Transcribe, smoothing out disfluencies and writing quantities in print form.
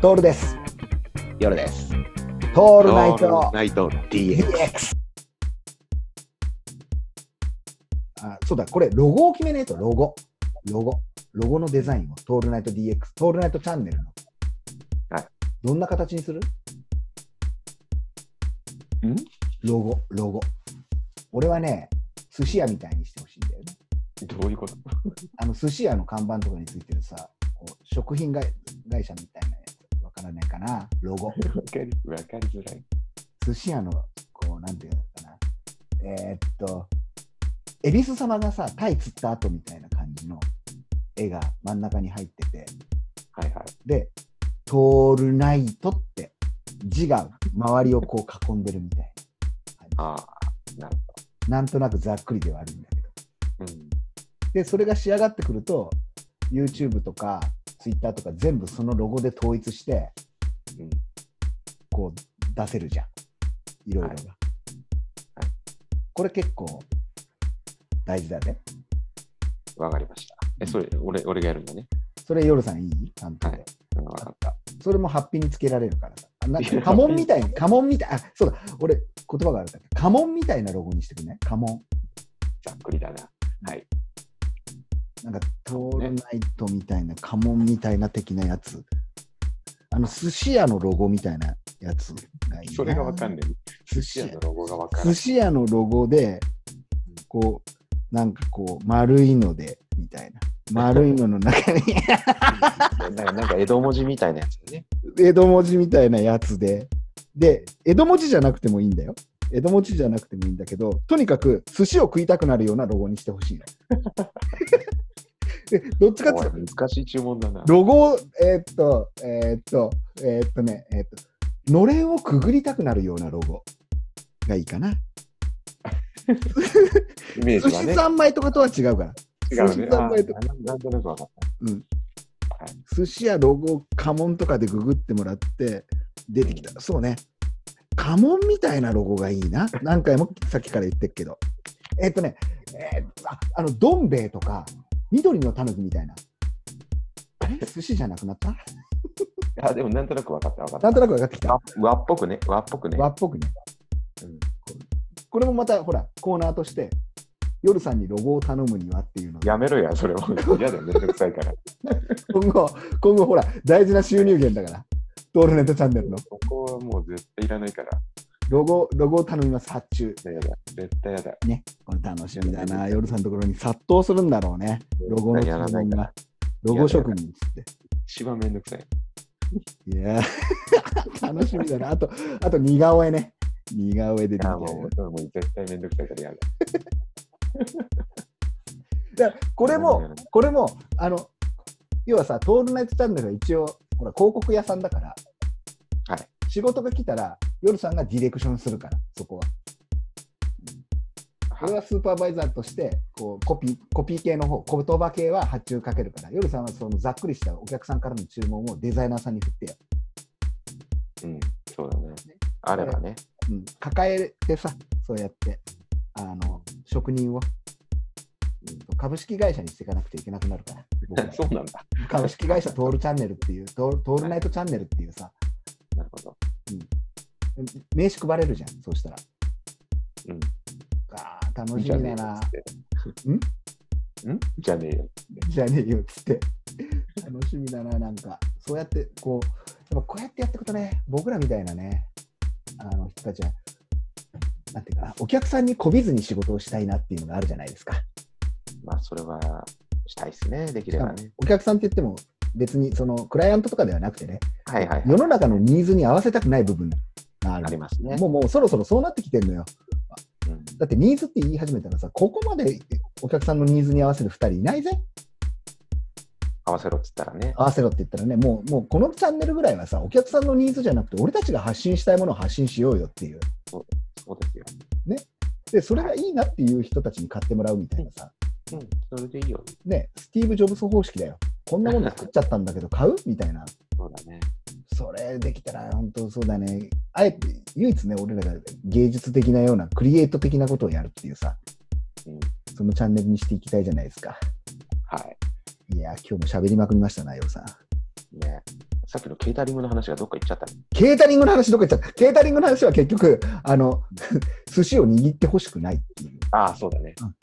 トールです。 夜です。 トールナイト DX。 そうだ、これロゴを決めないと。ロゴのデザインをトールナイト DX、トールナイトチャンネルの。 はい。 どんな形にする？ロゴ。俺はね、寿司屋みたいにしてほしいんだよね。 どういうこと？ 寿司屋の看板とかについてるさ、こう食品会社みたいなやつ、わからないかな、ロゴ。わかりづらい。 寿司屋の、こう、なんていうのかな。恵比寿様がさ、タイ釣った後みたいな感じの絵が真ん中に入ってて、 はいはい。 で、トールナイトって字が周りをこう囲んでるみたいな。 ああ、なるほど。なんとなくざっくりではあるんだけど。 うん。 で、それが仕上がってくると、YouTube とか Twitter とか全部そのロゴで統一して、こう出せるじゃん。いろいろが。はい。これ結構大事だね。 わかりました。それ、俺がやるんだね。 それ、夜さんいい？担当で。 はい。わかった。 それもハッピーにつけられるからさ。なんか家紋みたい、そうだ、俺、言葉があるんだけど、家紋みたいなロゴにしてくね。家紋。 ざっくりだな。はい。 なんか、トールナイトみたいな、家紋みたいな的なやつ。寿司屋のロゴみたいなやつがいいな。 それがわかんない。寿司屋のロゴがわかんない。 寿司屋のロゴで、こう、なんかこう、丸いので、みたいな。丸いのの中になんか江戸文字みたいなやつね。 江戸文字みたいなやつで、江戸文字じゃなくてもいいんだよ。江戸文字じゃなくてもいいんだけど、とにかく寿司を食いたくなるようなロゴにしてほしいの。どっちかっていうと難しい注文だな。 ロゴを、のれんをくぐりたくなるようなロゴがいいかな。 イメージはね。 寿司三昧とかとは違うから。 違うね。なんとなく分かった。 寿司やロゴ、家紋とかでググってもらって出てきた。そうね。家紋みたいなロゴがいいな。何回もさっきから言ってるけど。どん兵衛とか、緑のたぬきみたいな。寿司じゃなくなった？ でもなんとなく分かった。 なんとなく分かってきた。 和っぽくね。 これもまた、ほら、コーナーとして、夜さんにロゴを頼むにはっていうの。 やめろや、それも。嫌だよ、めんどくさいから。 今後、ほら、大事な収入源だから。トールネットチャンネルの。 ここはもう絶対いらないから。 ロゴを頼みます、発注。 絶対やだ。 ね、これ楽しみだな。夜さんのところに殺到するんだろうね。ロゴの注文が。ロゴ職人っつって。 一番めんどくさい。 いや楽しみだな。あと似顔絵ね。似顔絵で出てきたよ。 もう絶対めんどくさいから嫌だ。 だからこれも要はさ、トールナイトチャンネルは一応ほら広告屋さんだから、 はい、 仕事が来たら夜さんがディレクションするから、そこは。俺はスーパーバイザーとしてこうコピー系の方、言葉系は発注かけるから、夜さんはそのざっくりしたお客さんからの注文をデザイナーさんに振ってよ。 そうだね。あればね。 抱えてさ、そうやって職人を、株式会社にしていかなくていけなくなるから。 そうなんだ。 株式会社トールチャンネルっていう、トールナイトチャンネルっていうさ、 なるほど。 名刺配れるじゃん、そうしたら。楽しみだな。 じゃねえよ。 じゃねえよっつって。楽しみだな、なんか。そうやって、こうやってやっていくとね、僕らみたいなね、人たちは、なんていうかな、お客さんに媚びずに仕事をしたいなっていうのがあるじゃないですか。 まあ、それはしたいですね、できればね。 お客さんって言っても、別にそのクライアントとかではなくてね、世の中のニーズに合わせたくない部分がある。 ありますね。 もうそろそろそうなってきてるのよ。だってニーズって言い始めたらさ、ここまでお客さんのニーズに合わせる2人いないぜ。 合わせろって言ったらね。 合わせろって言ったらね、もうこのチャンネルぐらいはさ、お客さんのニーズじゃなくて、俺たちが発信したいものを発信しようよっていう。 そうですよ。 ね。で、それがいいなっていう人たちに買ってもらうみたいなさ。 それでいいよ。 ね、スティーブ・ジョブズ方式だよ。こんなもの作っちゃったんだけど、買うみたいな。 そうだね。 それできたら、本当そうだね。あえて、唯一ね、俺らが芸術的なような、クリエイト的なことをやるっていうさ、そのチャンネルにしていきたいじゃないですか。 はい。 いや、今日も喋りまくりましたな、夜さん。 ね。 さっきのケータリングの話がどっか行っちゃったね。 ケータリングの話どこ行っちゃった？ケータリングの話は結局、寿司を握ってほしくないっていう。 ああ、そうだね。